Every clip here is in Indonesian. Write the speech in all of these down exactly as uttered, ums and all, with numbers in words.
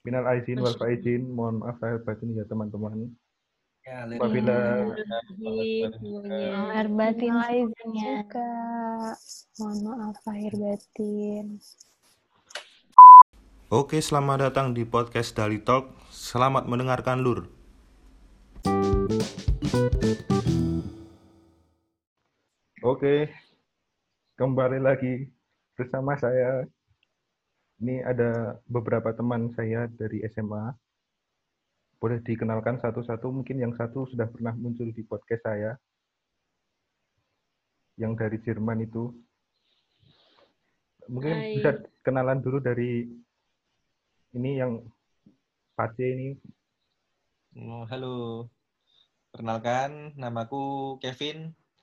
Minal aizin wal faizin, mohon maaf lahir batin ya teman-teman. Ya, Apabila lahir batin juga. Mohon maaf lahir batin. Oke, selamat datang di podcast Dali Talk. Selamat mendengarkan, Lur. Oke, kembali lagi bersama saya. Ini ada beberapa teman saya dari S M A. Boleh dikenalkan satu-satu, mungkin yang satu sudah pernah muncul di podcast saya. Yang dari Jerman itu. Mungkin Hai. bisa kenalan dulu dari ini yang Pace ini. Oh, halo. Perkenalkan, namaku Kevin.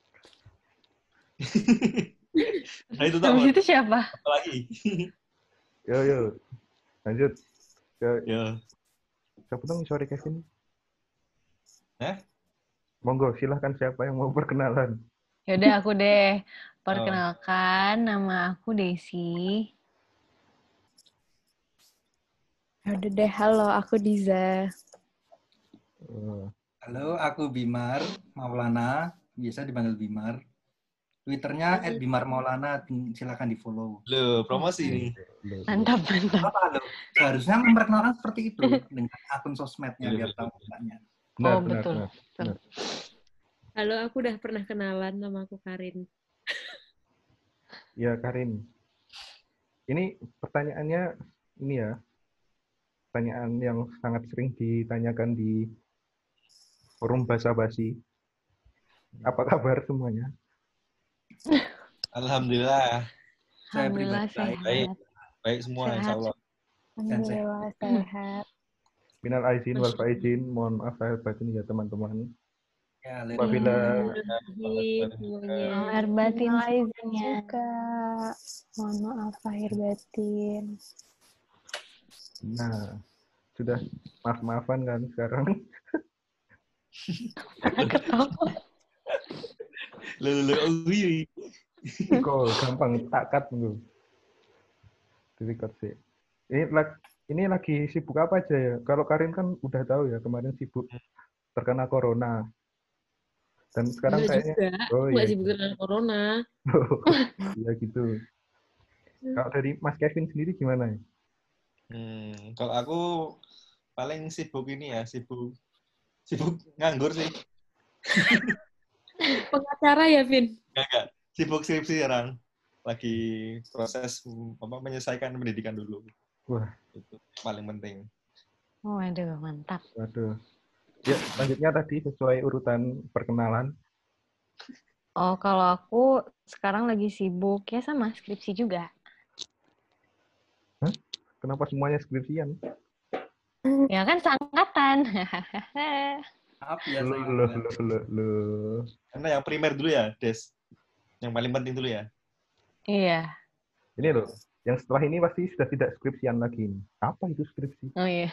Nah, itu Habis tahu. itu siapa? Apa lagi? Yo yo, lanjut ke Ya. siapa dong sore Kevin? Hah? Monggo, silahkan siapa yang mau perkenalan. Yaudah aku deh. Perkenalkan, nama aku Desi. Udah deh, halo, aku Diza. Uh, Halo, aku Bimar Maulana, biasa dipanggil Bimar. Twitternya et bimar maulana, silakan di follow. Loh, promosi nih. Mantap, mantap. Apa lo? Seharusnya memperkenalkan seperti itu dengan akun sosmednya biar tahu mukanya. Benar, Oh, benar, betul. benar, benar. Halo, aku udah pernah kenalan, nama aku Karin. Ya Karin, ini pertanyaannya ini ya, pertanyaan yang sangat sering ditanyakan di forum basa-basi. Apa kabar semuanya? Alhamdulillah. Saya Alhamdulillah pribadi baik. sehat. Baik. Baik semua, Sehat. insya Allah. Alhamdulillah sehat. Minal aizin wal faizin, mohon maaf lahir batin ya teman-teman. Ya, Lir. Apabila semuanya. Lahir batin juga. Mohon maaf lahir batin. nah sudah maaf-maafan kan sekarang. Ketawa. Loh, loh, oh, wih. Kok gampang takat lu. Direkod sih. Ini lag- ini lagi sibuk apa aja ya? Kalau Karin kan udah tahu ya kemarin sibuk terkena corona. Dan sekarang Enggak kayaknya juga, oh enggak iya. sibuk dengan corona. Iya gitu. Kalau dari Mas Kevin sendiri gimana ya? Hmm, kalau aku paling sibuk ini ya, sibuk sibuk nganggur sih. Pengacara ya, Vin? Enggak, enggak. Sibuk skripsi sekarang. Lagi proses apa menyelesaikan pendidikan dulu. Wah, Itu paling penting. Oh, aduh, mantap. waduh. Ya, selanjutnya tadi sesuai urutan perkenalan. Oh, kalau aku sekarang lagi sibuk ya sama skripsi juga. Kenapa semuanya skripsian? Ya kan seangkatan. Maaf ya Loh, saya. loh, loh, loh, loh. Karena yang primer dulu ya, Des. Yang paling penting dulu ya. Iya. Ini loh, yang setelah ini pasti sudah tidak skripsian lagi. Apa itu skripsi? Oh iya.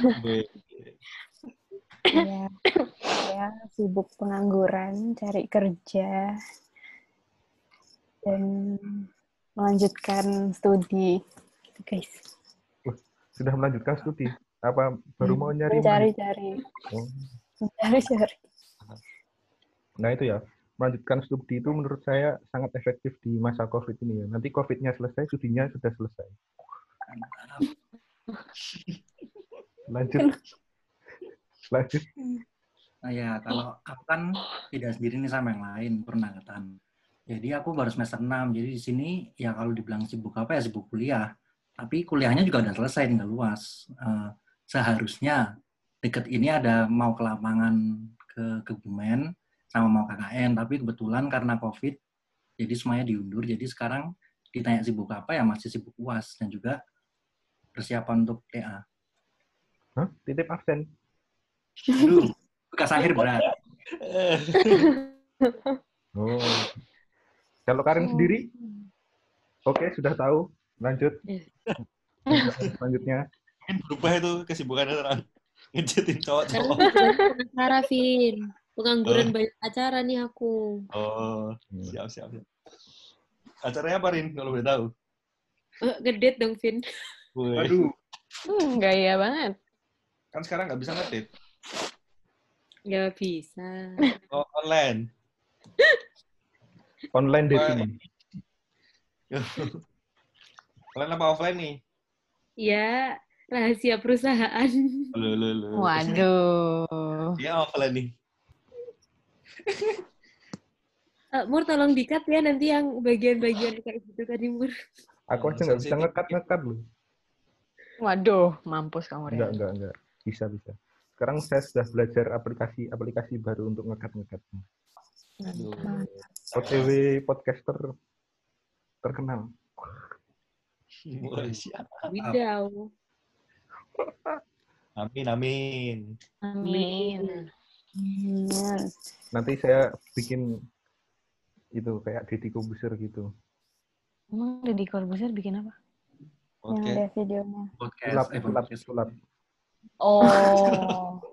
Ya, saya sibuk pengangguran, cari kerja, dan melanjutkan studi, guys. Sudah melanjutkan studi? Apa baru mau nyari? Mencari-cari, Oh. mencari-cari. Nah itu ya, melanjutkan studi itu menurut saya sangat efektif di masa COVID ini ya. Nanti COVID-nya selesai, studinya sudah selesai. Lanjut. Lanjut. Nah ya, kalau aku kan tidak sendiri nih sama yang lain, pernah angkatan. Jadi aku baru semester enam, jadi di sini ya kalau dibilang sibuk apa ya sibuk kuliah. Tapi kuliahnya juga udah selesai, tinggal luas. Uh, seharusnya deket ini ada mau ke lapangan ke Kebumen, sama mau K K N, tapi kebetulan karena COVID, jadi semuanya diundur. Jadi sekarang ditanya sibuk apa ya masih sibuk U A S dan juga persiapan untuk T A. Hah? Titip absen? Aduh, tugas akhir berat. Oh. Kalau Karin sendiri? Oke, sudah tahu. Lanjut. Selanjutnya. Mungkin berubah itu kesibukannya sekarang. Ngejetin cowok-cowok. Pengacara, Vin. Pengangguran banyak acara nih aku. Oh, siap, siap, siap. Acaranya apa, Rin, kalau boleh tahu? Eh, ngedate dong, Vin. Wih. Aduh. Hmm, gaya banget. Kan sekarang nggak bisa ngedate. Nggak bisa. Oh, online. Online Wah, dating. online apa offline nih? Ya, rahasia perusahaan. Loh, loh, loh. Waduh. Dia offline nih. Eh, Mur, tolong di-cut ya nanti yang bagian-bagian kayak gitu tadi, Mur. Aku aja nggak bisa ngekat-ngekat loh. Waduh, mampus kamu, Enggak, Ren. enggak, enggak. Bisa, bisa. Sekarang saya sudah belajar aplikasi-aplikasi baru untuk ngekat-ngekat. Aduh. O T W podcaster terkenal. Wah, siap. Widau. Amin, amin. Amin. Hmm. Nanti saya bikin itu kayak Deddy Kobuser gitu. Emang Deddy Corbuzier bikin apa? Yang Oke. ada videonya. Podcast, Sulap, eh, sulap, podcast. sulap. Oh.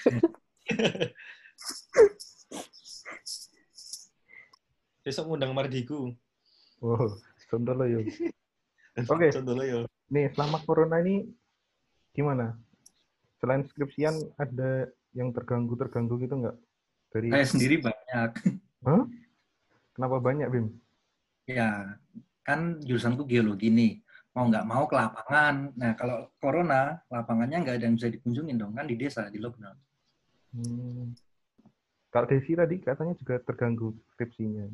Besok ngundang Mardiku. Wow, contoh lo yuk. Oke. Contoh lo yo. Nih, selama corona ini gimana? Selain skripsian, ada yang terganggu-terganggu gitu nggak? Dari, Saya sendiri banyak. Hah? Kenapa banyak, Bim? Ya, kan jurusanku geologi nih. Mau nggak mau ke lapangan. Nah, kalau corona, lapangannya nggak ada yang bisa dikunjungin dong. Kan di desa, di lockdown. Hmm. Kalau Desi tadi katanya juga terganggu skripsinya.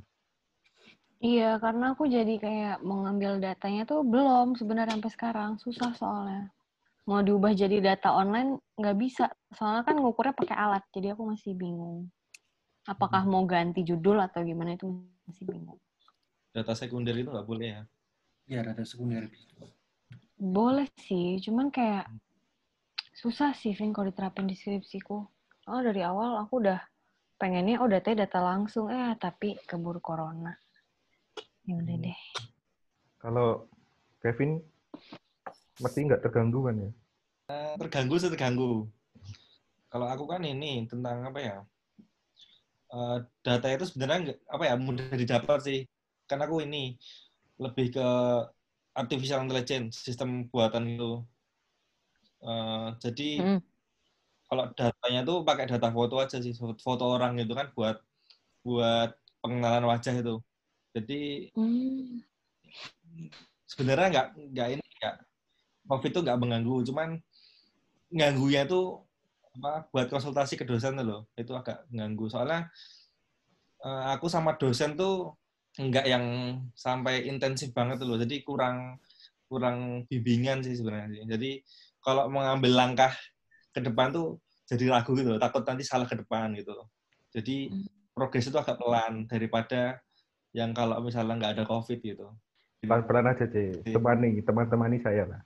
Iya, karena aku jadi kayak mau ngambil datanya tuh belum sebenarnya sampai sekarang. Susah soalnya. Mau diubah jadi data online nggak bisa. Soalnya kan ngukurnya pakai alat, jadi aku masih bingung. Apakah mau ganti judul atau gimana itu masih bingung. Data sekunder itu nggak boleh ya. Ya, data sekunder. Boleh sih, cuman kayak susah sih, Vin, kalau diterapin di skripsiku. Oh, dari awal aku udah pengennya, oh datanya data langsung, eh tapi keburu corona. Ya udah deh. Kalau Kevin, mesti nggak terganggu kan ya? Terganggu sih terganggu. Kalau aku kan ini tentang apa ya? Uh, data itu sebenarnya nggak apa ya mudah didapat sih. Kan aku ini lebih ke artificial intelligence, sistem buatan itu. Uh, jadi Hmm. kalau datanya tuh pakai data foto aja sih, foto orang itu kan buat buat pengenalan wajah itu. Jadi Hmm. sebenarnya nggak nggak ini nggak COVID itu nggak mengganggu, cuman ganggunya tuh apa buat konsultasi ke dosen tuh loh, itu agak mengganggu. Soalnya uh, aku sama dosen tuh nggak yang sampai intensif banget tuh loh, jadi kurang kurang bimbingan sih sebenarnya sih. Jadi kalau mengambil langkah ke depan tuh jadi ragu gitu loh, takut nanti salah ke depan gitu. Jadi progres itu agak pelan daripada yang kalau misalnya nggak ada COVID gitu. Pelan-pelan aja, C. Temani, teman-temani saya lah.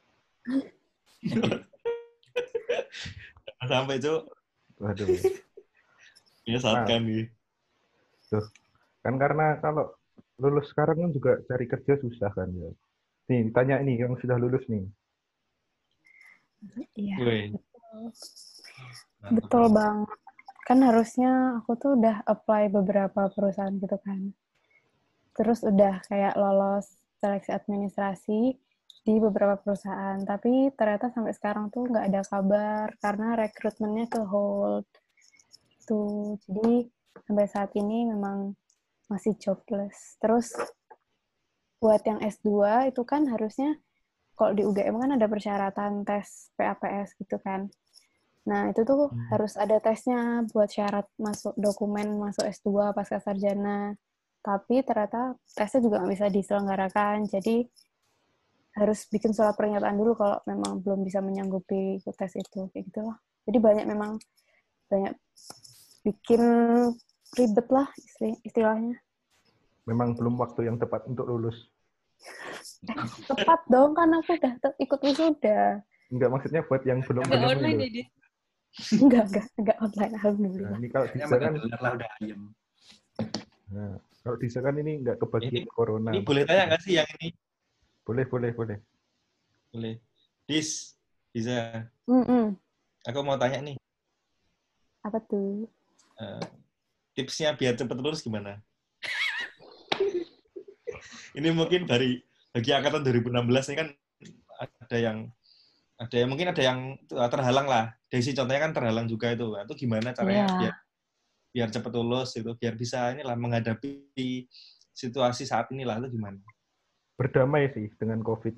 Sampai itu. Waduh. Ya saat kan nih. Tuh. Kan karena kalau lulus sekarang kan juga cari kerja susah kan ya. Nih, tanya ini yang sudah lulus nih. Iya. Betul. Betul banget. Kan harusnya aku tuh udah apply beberapa perusahaan gitu kan. Terus udah kayak lolos seleksi administrasi di beberapa perusahaan. Tapi ternyata sampai sekarang tuh nggak ada kabar karena rekrutmennya ke hold. Tuh, jadi sampai saat ini memang masih jobless. Terus buat yang S dua itu kan harusnya kalau di U G M kan ada persyaratan tes P A P S gitu kan. Nah, itu tuh hmm. harus ada tesnya buat syarat masuk dokumen masuk S dua pasca sarjana. Tapi ternyata tesnya juga nggak bisa diselenggarakan. Jadi harus bikin surat pernyataan dulu kalau memang belum bisa menyanggupi ikut tes itu. Kayak gitu lah. Jadi banyak memang banyak bikin ribet lah istilahnya. Memang belum waktu yang tepat untuk lulus. Eh, tepat dong, kan aku udah ikut wisuda. Enggak, maksudnya buat yang belum Enggak belum online lulus. ya, Dit? Enggak, enggak, enggak online, alhamdulillah. Nah, ini kalau Disa kan, lah udah ayam. Nah, kalau Disa kan ini enggak kebagian ini, corona. Ini boleh tanya nggak sih yang ini? Boleh, boleh, boleh. Boleh. Dis, Disa. Mm -mm. Aku mau tanya nih. Apa tuh? Uh, tipsnya biar cepat lulus gimana? Ini mungkin dari bagi angkatan dua ribu enam belas ini kan ada yang ada yang mungkin ada yang terhalang lah. Desi contohnya kan terhalang juga itu. Itu gimana caranya Iya. biar biar cepat lulus itu, biar bisa inilah menghadapi situasi saat inilah itu gimana? Berdamai sih dengan COVID.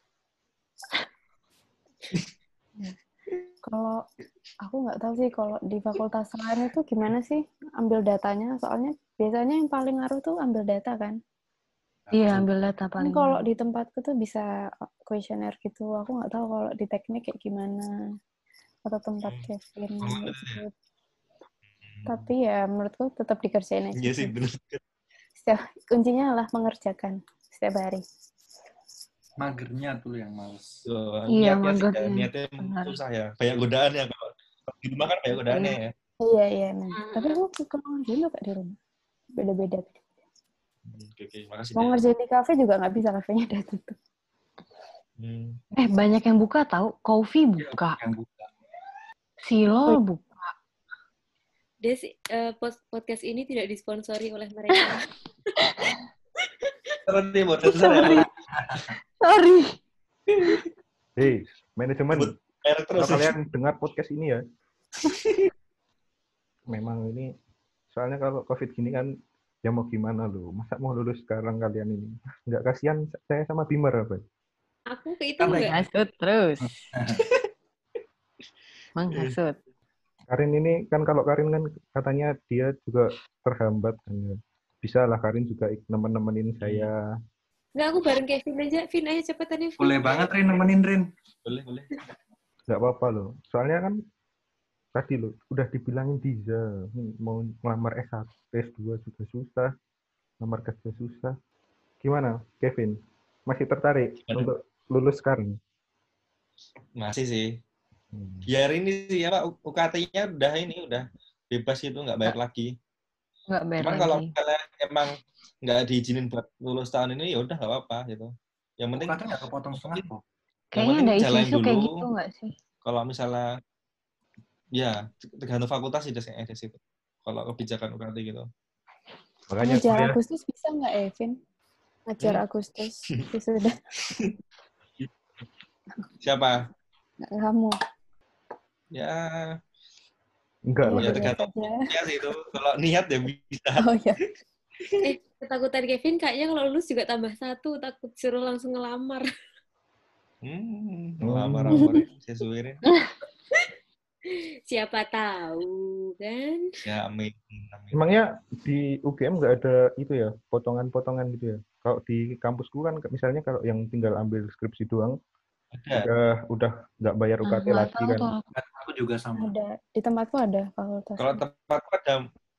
Kalau aku nggak tahu sih kalau di fakultas lain itu gimana sih ambil datanya. Soalnya biasanya yang paling ngaruh tuh ambil data kan. Iya, ambil data Kan paling. kalau di tempatku tuh bisa kuesioner gitu. Aku nggak tahu kalau di teknik kayak gimana. Atau tempat Kevin gitu. Tapi ya menurutku tetap dikerjain aja. Iya sih, benar. Setiap, kuncinya adalah mengerjakan setiap hari. Magernya tuh yang males. So, Iya, niatnya sih ya, magernya. niatnya Benar. susah ya. Banyak godaan ya kalau kalau di rumah kan banyak godaannya ya. Iya, iya. Nah. Tapi aku kalau ngerjain juga di rumah. Beda-beda. Oke, oke, makasih. Mau Des. ngerjain di kafe juga nggak bisa, kafenya udah tutup. Hmm. Eh, banyak yang buka tahu. Coffee buka. Yang buka. Silol buka. Des, eh, pos- podcast ini tidak disponsori oleh mereka. Terus nih, buat dasar Sorry. ya. Sorry. Hei, manajemen, Sebut merek terus. kalau kalian dengar podcast ini ya, memang ini, soalnya kalau COVID gini kan, ya mau gimana lu? Masa mau lulus sekarang kalian ini? Nggak kasihan saya sama Bimer apa? Aku ke itu Sampai- enggak. Menghasut terus. Menghasut. Karin ini kan kalau Karin kan katanya dia juga terhambat kan ya. Bisa lah Karin juga ik- nemen-nemenin saya. Enggak, aku bareng Kevin aja. Vin, ayo cepetan ya, Vin. Boleh banget Rin nemenin Rin. Boleh, boleh. Nggak apa-apa loh. Soalnya kan tadi loh udah dibilangin Diza hmm, mau ngelamar S satu, S dua juga susah, ngelamar kerja susah. Gimana, Kevin? Masih tertarik Aduh. untuk lulus sekarang? Masih sih. Hmm. Ya hari ini sih apa U K T-nya udah ini udah bebas gitu, nggak bayar lagi. Nggak bayar Cuman lagi. kalau misalnya emang nggak diizinin buat lulus tahun ini ya udah nggak apa-apa gitu. Yang penting Katanya nggak kepotong setengah kok. Kayaknya penting ada jalanin isu-isu kayak dulu. gitu nggak sih? kalau misalnya ya tergantung fakultas sih des des itu. Kalau kebijakan U K T gitu. Makanya Ngajar kuliah Agustus bisa nggak, Evin? Ngajar Hmm. Agustus. Sudah. Siapa? Nggak kamu. Ya, enggak Iya, lah. ya dilihat tergantung aja. niat sih itu. Kalau niat ya bisa. Oh ya. Eh, ketakutan Kevin kayaknya kalau lulus juga tambah satu. Takut suruh langsung ngelamar. Hmm, Hmm. lamar-lamarin, sesuaiin. Siapa tahu, kan? Ya, amin. amin. Emangnya di U G M nggak ada itu ya, potongan-potongan gitu ya? Kalau di kampusku kan misalnya kalau yang tinggal ambil skripsi doang, Ada. udah udah nggak bayar U K Nah, T nggak lagi tahu kan? tuh aku. Aku juga sama. Ada. Di tempatku ada fakultas. Kalau tempatku ada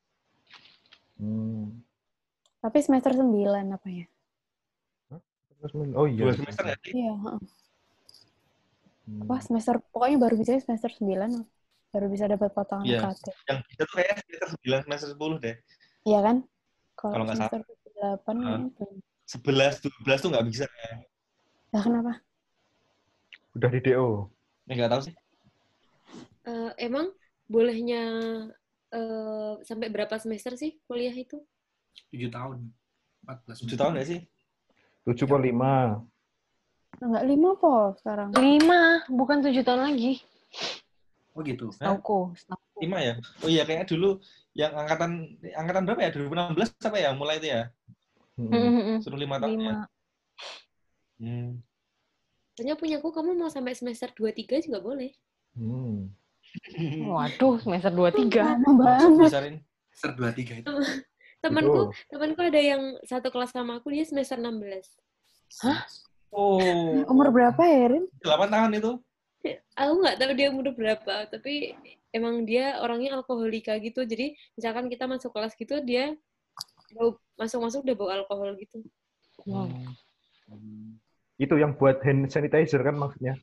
Hmm. Tapi semester sembilan apa ya? Terus men- Oh iya. dua semester nggak sih? Iya. heeh. Hmm. Wah, semester pokoknya baru bisa semester sembilan baru bisa dapat potongan Iya. U K T. Yang kita tuh kayak semester sembilan, semester sepuluh deh. Iya kan? Kalau Kalau nggak semester delapan Heeh. kayaknya belum. sebelas, dua belas tuh nggak bisa. Lah kenapa? Udah di D O. Ini nggak tahu sih. Eh, emang bolehnya eh, sampai berapa semester sih kuliah itu? tujuh tahun. empat belas. tujuh tahun nggak sih? tujuh puluh lima. Enggak lima po sekarang. Lima, bukan tujuh tahun lagi. Oh gitu. Setauku, setauku. lima ya? Oh iya, kayak dulu yang angkatan angkatan berapa ya? dua ribu enam belas apa ya? Mulai itu ya? Hmm. Mm-mm. Suruh lima tahun ya? Lima. Hmm. Soalnya punyaku kamu mau sampai semester dua tiga juga boleh. Hmm. Waduh, semester dua tiga. Lama banget. Besarin. Semester dua tiga itu. Temanku, temanku ada yang satu kelas sama aku, dia semester enam belas. Hah? Oh, Umur berapa ya, Rin? delapan tahun itu? Aku nggak tahu dia umur berapa, tapi emang dia orangnya alkoholika gitu. Jadi misalkan kita masuk kelas gitu, dia bau- masuk-masuk udah bawa alkohol gitu. Wow. Itu yang buat hand sanitizer kan maksudnya?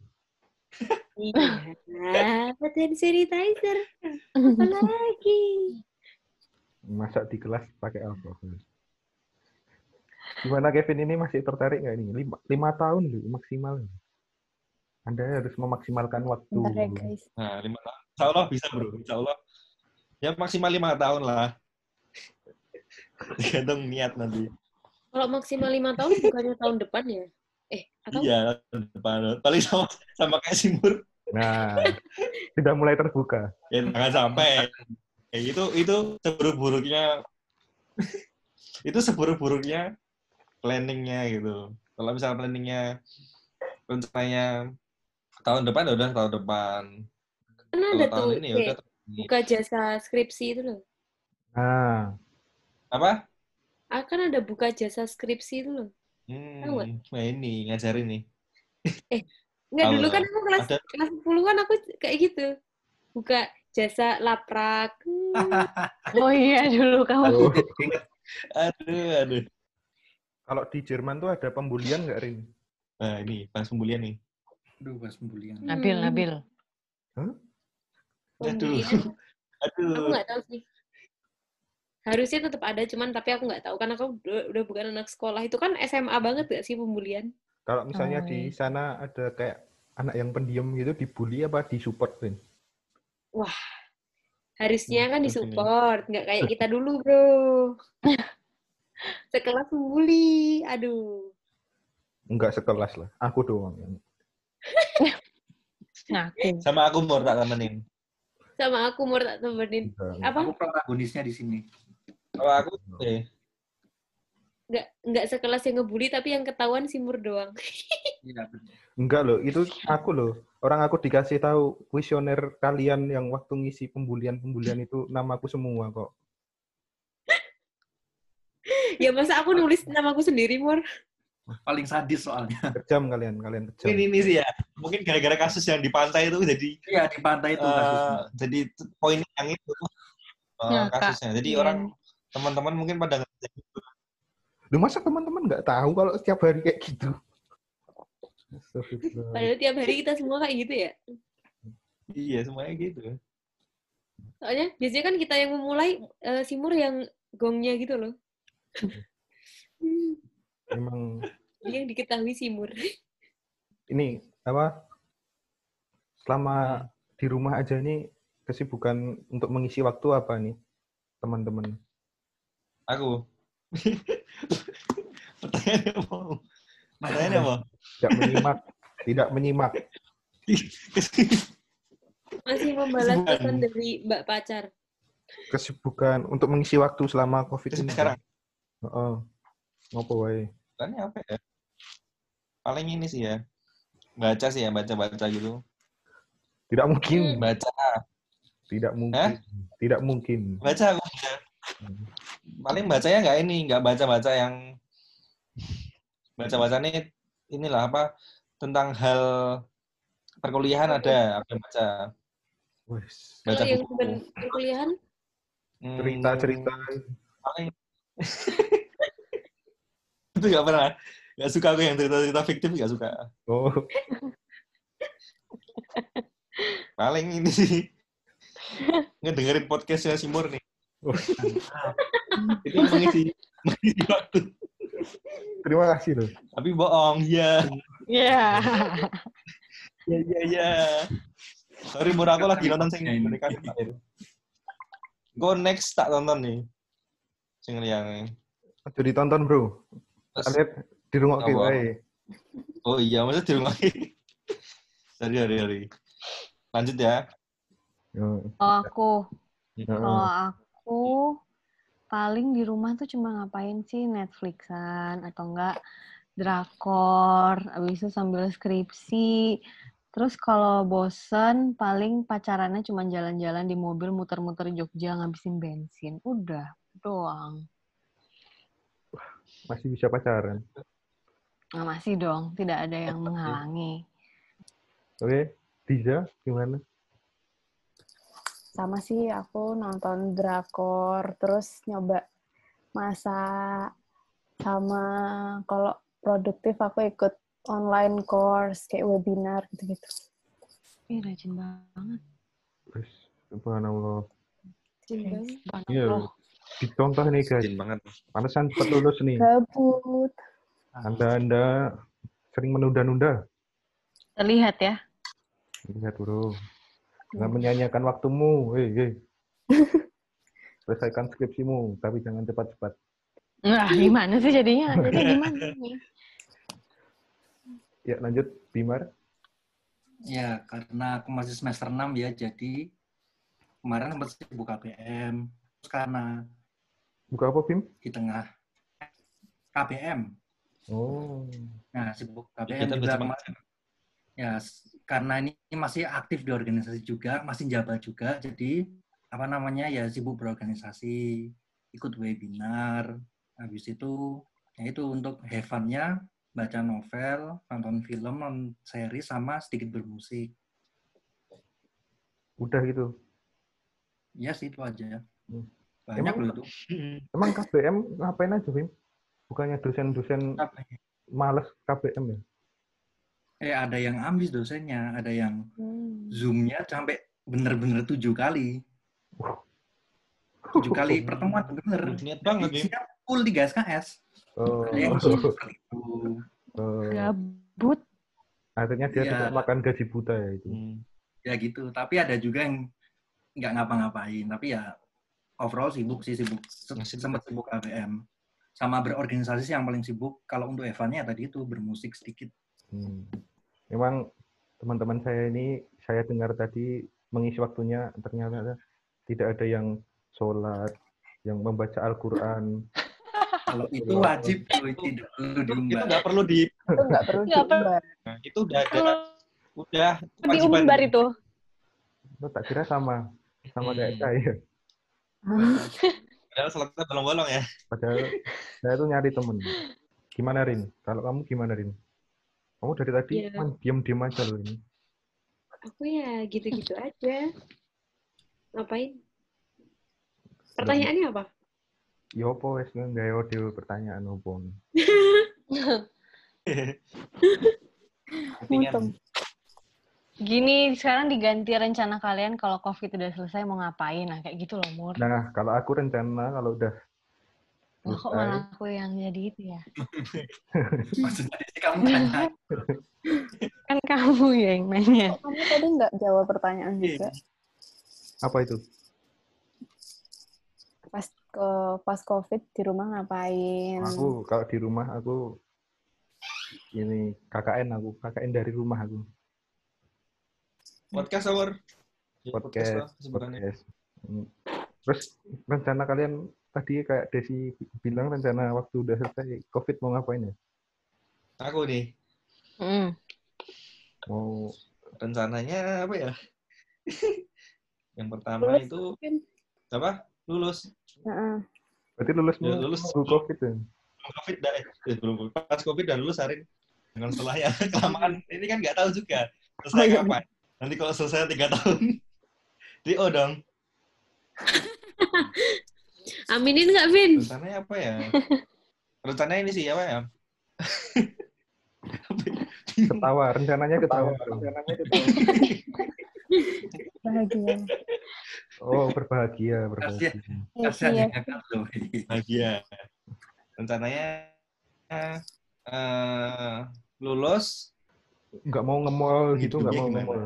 Iya, buat hand sanitizer. Apa lagi? Masa di kelas pakai alkohol. Gimana Kevin ini masih tertarik nggak ini? Lima, lima tahun loh maksimal. Anda harus memaksimalkan waktu. Bentar ya, guys. Nah, lima tahun. Insya Allah bisa bro, insya Allah. Ya maksimal lima tahun lah. Tergantung niat nanti. Kalau maksimal lima tahun bukannya tahun depan ya? Eh, Atau Iya, tahun depan. Paling sama, sama kayak Simur. Nah, sudah mulai terbuka. Ya, jangan sampai. Ya, itu itu seburuk-buruknya itu seburuk-buruknya planningnya gitu. Kalau misalnya planningnya rencananya tahun depan ya udah tahun depan. kan Kalau ada tahun tuh ini ya udah kayak tahun ini. buka jasa skripsi itu loh. Nah, Apa? Ah, kan ada buka jasa skripsi itu loh. Tahu nggak? Hmm, nah ini ngajarin nih. Enggak, dulu kan Kalau aku kelas ada kelas sepuluh kan aku kayak gitu. Buka jasa laprak. Hmm. Oh iya, dulu kamu. oh, aduh, aduh. kalau di Jerman tuh ada pembulian nggak, Rin? Nah, ini pas pembulian nih. Aduh, pas pembulian. Nabil, Hmm. Nabil. Aduh. Pembulian. Aku Aduh. nggak tahu sih. Harusnya tetap ada, cuman tapi aku nggak tahu karena aku udah, udah bukan anak sekolah. Itu kan S M A banget gak sih pembulian? Kalau misalnya Oh, di iya. sana ada kayak anak yang pendiam gitu, dibully apa disupport, Rin? Wah, harusnya kan Hmm, disupport, nggak kayak kita dulu, bro. Sekelas membuli, aduh. Enggak sekelas lah, aku doang. Ngaku. Sama aku Mur tak temenin. Sama aku mau tak temenin. Enggak. Apa? Aku protagonisnya di sini. Kalau aku eh Nggak, nggak sekelas yang ngebully, tapi yang ketahuan si Mur doang. Iya, benar. Enggak loh, itu aku loh. Orang aku dikasih tahu kuesioner kalian yang waktu ngisi pembulian-pembulian itu namaku semua kok. Ya masa aku nulis namaku sendiri, Mur? Paling sadis soalnya. Kejam kalian, kalian kejam. ini ini sih ya. Mungkin gara-gara kasus yang di pantai itu jadi Iya, di pantai itu eh, kasusnya. jadi poin yang itu eh, Nah, Kak. kasusnya. Jadi Iya. orang teman-teman mungkin pada ngerti gitu. Lu masa teman-teman nggak tahu kalau setiap hari kayak gitu? Astagfirullah. Padahal tiap hari kita semua kayak gitu ya. Iya, semuanya gitu. Soalnya biasanya kan kita yang memulai, eh, si Mur yang gongnya gitu loh. Hmm, Emang Dia yang diketahui si Mur. ini apa? Selama di rumah aja ini kesibukan untuk mengisi waktu apa nih, teman-teman? Aku. Pertanyaannya apa? Pertanyaannya apa? Tidak menyimak, tidak menyimak. Masih membalas Kesibukan. pesan dari Mbak Pacar. Kesibukan untuk mengisi waktu selama COVID ini. Sekarang Heeh. Ngopo wae? pertanyaannya apa ya? Paling ini sih ya. Baca sih ya, baca-baca gitu. Tidak mungkin, Baca, tidak mungkin, tidak mungkin. baca aku baca. Paling bacanya nggak ini, nggak baca-baca yang baca-baca nih inilah apa tentang hal perkuliahan ada, aku baca. Wes, Kalau Baca yang buku. bukan perkuliahan, Hmm, cerita-cerita. paling itu nggak pernah, nggak suka aku yang cerita-cerita fiktif, nggak suka. Oh, Paling ini sih ngedengerin podcastnya si Mur nih. oh, Itu mengisi mengisi waktu. terima kasih loh. Tapi bohong, ya. Iya. Ya, ya, ya. Sorry, Mur, aku lagi nonton sing Ya, ini. mereka itu. Go next tak tonton nih. Sing liyane. Aduh ditonton bro. Terus, Lihat di rumah Apa? kita. oh iya, masa di rumah. Sorry, sorry, sorry. Lanjut ya. Kalau aku, Hmm. kalau aku paling di rumah tuh cuma ngapain sih, Netflixan atau enggak drakor, abis itu sambil skripsi. Terus kalau bosen paling pacarannya cuma jalan-jalan di mobil muter-muter Jogja ngabisin bensin. Udah, doang. Masih bisa pacaran. Nah, masih dong, tidak ada yang menghalangi. Oke, Tiza gimana? Sama sih aku nonton drakor, terus nyoba masak, sama kalau produktif aku ikut online course kayak webinar gitu-gitu. Ih, rajin banget. Terus, subhanallah. Cimbang. Iya, Subhanallah. dicontoh nih guys. Rajin banget. Pantesan cepat lulus nih. Gabut. Anda-anda sering menunda-nunda. Terlihat ya. Lihat bro. Jangan menyanyiakan waktumu. Hei, hei. Selesaikan skripsimu, tapi jangan cepat-cepat. Nah, gimana sih jadinya? Jadi gimana nih? Ya, lanjut, Bimar. Ya, karena aku masih semester enam ya, jadi kemarin sempat sibuk K P M. Terus karena Buka apa, Bim? di tengah K P M. Oh. Nah, sibuk K P M Kita juga belajar kemarin. Ya, karena ini masih aktif di organisasi juga, masih jabat juga, jadi apa namanya ya sibuk berorganisasi, ikut webinar, habis itu ya itu untuk have fun-nya baca novel, nonton film, nonton series, sama sedikit bermusik. Udah gitu. Ya sih itu aja. Hmm. Banyak Emang loh itu. emang K B M ngapain aja, Bim? Bukannya dosen-dosen Apa ya? males K B M ya? Eh ada yang ambis dosennya, ada yang Hmm. Zoom-nya sampai bener-bener tujuh kali. Tujuh kali pertemuan bener. Niat banget, Bim. Isinya full tiga S K S. Oh. Ada yang seperti itu. Oh. Gabut. Akhirnya dia Iya. tetap makan gaji buta ya itu. Hmm. Ya gitu. Tapi ada juga yang nggak ngapa-ngapain. Tapi ya overall sibuk sih, sibuk. Masih Sempat sibuk K B M. Sama berorganisasi sih yang paling sibuk. Kalau untuk Evannya tadi itu bermusik sedikit. Hmm. Memang teman-teman saya ini, saya dengar tadi mengisi waktunya ternyata tidak ada yang sholat, yang membaca Al-Quran. Kalau itu wajib tuh, tidak perlu Itu diumbar. nggak perlu di, Itu nggak perlu Nggak perlu. diumbar. nah, itu udah ada, Perlu udah kewajiban. diumbar itu. Oh, tak kira sama, sama kayak Hmm. saya. Padahal sholatnya bolong-bolong ya. Padahal saya tuh nyari temen. Gimana, Rin? Kalau kamu gimana, Rin? Kamu dari tadi Ya. cuma diam-diam aja loh ini. Aku ya gitu-gitu aja. Ngapain? Pertanyaannya apa? Ya apa wes nggak ada pertanyaan apa. Mutung. Gini, sekarang diganti rencana kalian kalau COVID udah selesai mau ngapain. Nah, kayak gitu loh, Mur. Nah, kalau aku rencana kalau udah Nah, kok selesai, malah aku yang jadi itu ya? Maksudnya sih kamu tanya. Kan kamu ya yang nanya. Kok kamu tadi nggak jawab pertanyaan juga? apa itu? Pas ke pas COVID di rumah ngapain? Aku kalau di rumah aku ini K K N aku, K K N dari rumah aku. Podcast hour. Ya, Podcast, lah sebutannya. podcast. Hmm. Terus rencana kalian tadi kayak Desi bilang rencana waktu udah selesai COVID mau ngapain ya? Aku nih, Mm. Mau rencananya apa ya? Yang pertama Lulus itu mungkin. apa? Lulus. Heeh. berarti lulus Ya, mau lulus. nunggu COVID ya? Belum COVID dah, eh, belum pas COVID dan lulus hari ini. Dengan setelahnya kelamaan, ini kan nggak tahu juga selesai kapan. Nanti kalau selesai tiga tahun, di O dong. Aminin nggak, Vin? Rencananya apa ya? Rencananya ini sih apa ya? Ketawa, rencananya ketawa. Rencananya ketawa. Bahagia. Oh, berbahagia, berbahagia. Iya, Kasihan iya. yang gagal loh. Bahagia. Rencananya eh, lulus. Nggak mau nge-mall gitu, nggak mau Gimana? nge-mall.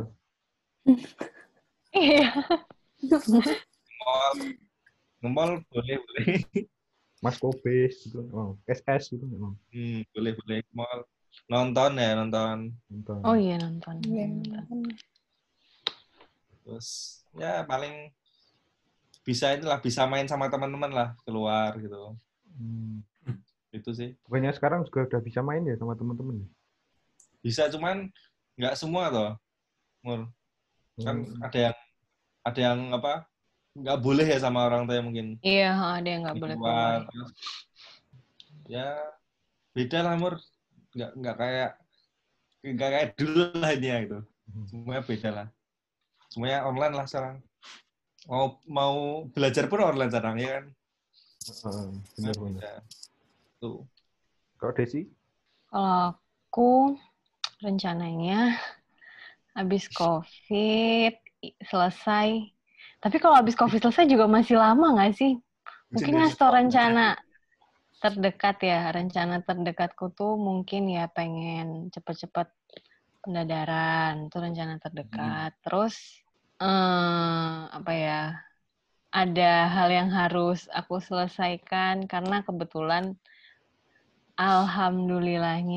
Iya. Ngemol, ngemol boleh boleh. Mas Kobe gitu, oh, S S gitu nggak mau. Hmm, boleh boleh ngemol. Nonton ya nonton. Nonton. Oh iya, nonton. Iya. Nonton. Terus ya paling bisa inilah bisa main sama teman-teman lah keluar gitu. Hmm. Itu sih. Bukannya sekarang juga udah bisa main ya sama teman-teman? Bisa cuman nggak semua toh. Mur. Kan Hmm. ada yang ada yang apa? Nggak boleh ya sama orang tua mungkin. Iya, ada yang nggak boleh keluar. Terus, ya beda lah Mur. Nggak nggak kayak nggak kayak dulu lah ini ya gitu. Semuanya beda lah. Semuanya online lah sekarang. Mau mau belajar pun online sekarang ya kan. Uh, benar-benar. Ya. Tuh. Kalau Desi? Kalau aku rencananya habis COVID selesai. Tapi kalau habis COVID selesai juga masih lama nggak sih? Mungkin ngasih tau rencana terdekat ya. Rencana terdekatku tuh mungkin ya pengen cepet-cepet pendadaran. Itu rencana terdekat. Terus eh, apa ya? Ada hal yang harus aku selesaikan karena kebetulan alhamdulillahnya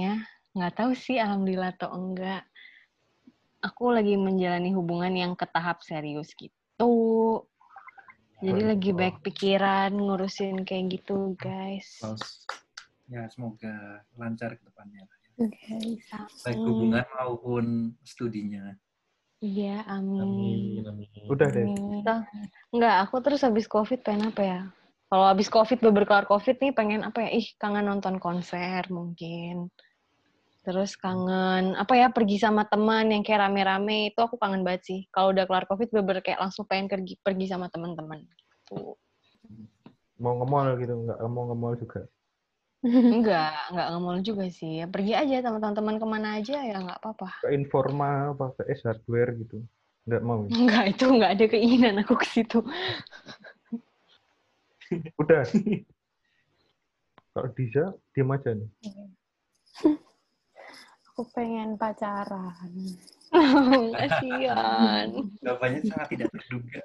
Nggak tahu sih, alhamdulillah atau enggak. Aku lagi menjalani hubungan yang ke tahap serius gitu. Jadi lagi baik pikiran ngurusin kayak gitu, guys. Terus, ya semoga lancar ke depannya. Oke. Baik hubungan maupun studinya. Iya, Amin, amin. amin. Udah deh. Kita- Enggak, aku terus habis COVID pengen apa ya? Kalau habis COVID, beber kelar COVID nih pengen apa ya? Ih, kangen nonton konser mungkin. Terus kangen, apa ya, pergi sama teman yang kayak rame-rame, itu aku kangen banget sih. Kalau udah kelar COVID, beber kayak langsung pengen pergi, pergi sama teman-teman. Tuh. Mau nge-mall gitu, nggak mau nge-mall juga. Enggak, enggak nge-mall juga sih. Ya, pergi aja sama teman-teman kemana aja ya nggak apa-apa. Ke Informa, apa ke S Hardware gitu. Nggak mau. Enggak, itu enggak ada keinginan aku ke situ. Udah. Kalau Diza, diam aja nih. Aku pengen pacaran. Kasian. Jawabannya sangat tidak terduga.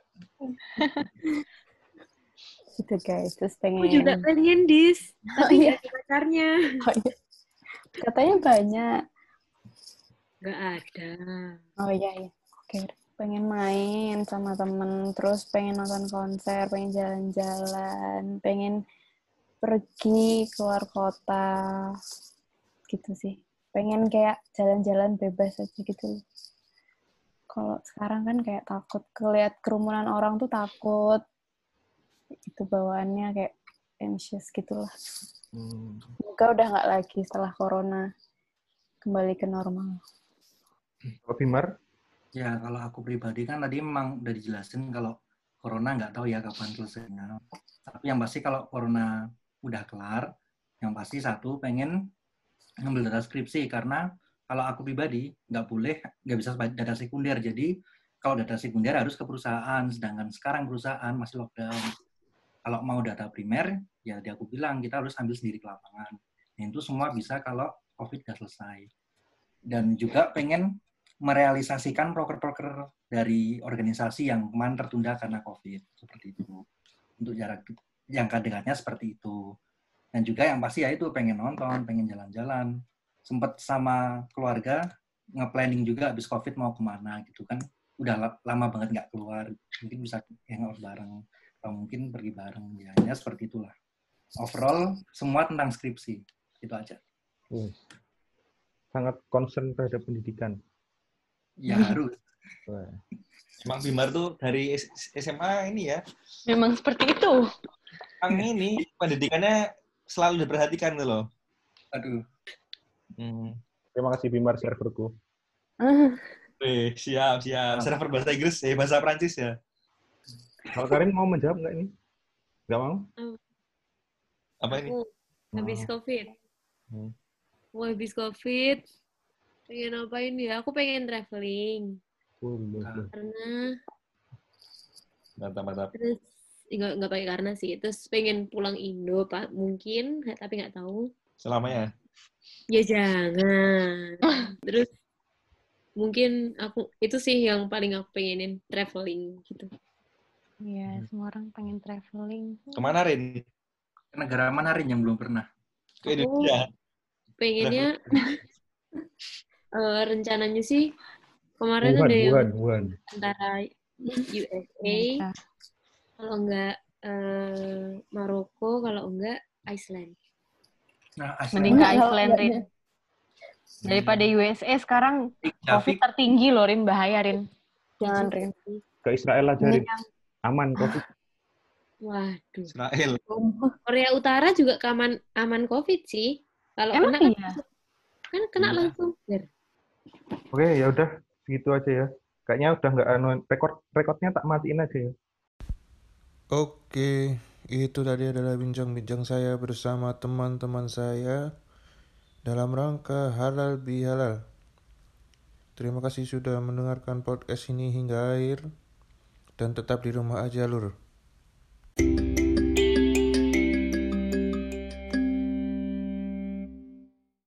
Gitu guys. Terus Aku pengen... juga pengen, Dis. Oh, Tapi iya. nggak ada pacarnya. Oh, iya. Katanya banyak. Nggak ada. Oh iya, iya. Oke. Pengen main sama temen. Terus pengen nonton konser. Pengen jalan-jalan. Pengen pergi keluar kota. Gitu sih. Pengen kayak jalan-jalan bebas aja gitu. Kalau sekarang kan kayak takut. Kelihat kerumunan orang tuh takut. Itu bawaannya kayak anxious gitu lah. Hmm. Semoga udah nggak lagi setelah corona kembali ke normal. Kalau Bimar, Ya kalau aku pribadi kan tadi memang udah dijelasin kalau corona nggak tahu ya kapan selesainya. Tapi yang pasti kalau corona udah kelar, yang pasti satu pengen ngambil data skripsi karena kalau aku pribadi nggak boleh nggak bisa data sekunder. Jadi kalau data sekunder harus ke perusahaan, sedangkan sekarang perusahaan masih lockdown. Kalau mau data primer, ya tadi aku bilang kita harus ambil sendiri ke lapangan. Dan itu semua bisa kalau COVID udah selesai. Dan juga pengen merealisasikan proker-proker dari organisasi yang kemarin tertunda karena COVID. Seperti itu. Untuk jarak jangka dekatnya seperti itu. Dan juga yang pasti ya itu pengen nonton, pengen jalan-jalan. Sempet sama keluarga nge-planning juga habis COVID mau kemana gitu kan. Udah lama banget nggak keluar. Mungkin bisa hangout bareng. Atau mungkin pergi bareng. Ya, ya seperti itulah. Overall, semua tentang skripsi. Itu aja. uh, sangat concern terhadap pendidikan. Ya harus. Wah. Emang Bimar tuh dari S M A ini ya, Memang seperti itu. emang ini pendidikannya selalu diperhatikan tuh loh. Aduh. Hmm. Terima kasih Bimar serverku. Wih, siap, siap. Server bahasa Inggris, eh bahasa Prancis ya. Kalau Karin mau menjawab nggak ini? Nggak mau? Apa ini? Aku habis Oh. COVID. Hmm. Aku habis COVID. Pengen ngapain ya? Aku pengen traveling. Uh, uh, uh. Karena Mantap, mantap. terus nggak nggak pakai karena sih. Terus pengen pulang Indo, Pak. Mungkin, tapi nggak tahu. Selamanya. Ya jangan. Terus mungkin aku itu sih yang paling aku pengenin, traveling gitu. Iya, semua orang pengen traveling. Kemana, Rin? Ke negara mana Rin yang belum pernah? Ke Indonesia. Pengennya uh, rencananya sih kemarin Wuhan, ada yang Wuhan, Wuhan. antara U S A, kalau enggak uh, Maroko, kalau enggak Iceland. Nah, Mending ke Iceland. Iceland, Rin. Daripada U S A sekarang COVID Javik, tertinggi loh, Rin. Bahaya, Rin. Jangan, Rin. Ke Israel aja, Rin. Aman, COVID. Waduh. Israel. Korea Utara juga aman aman COVID sih. Kalau Emang kena kan, iya? kan kena Iya. langsung. Ber. Oke, ya udah segitu aja ya. Kayaknya udah nggak anu rekor rekodnya tak matiin aja ya. Oke, itu tadi adalah bincang-bincang saya bersama teman-teman saya dalam rangka halal bihalal. Terima kasih sudah mendengarkan podcast ini hingga akhir dan tetap di rumah aja, Lur.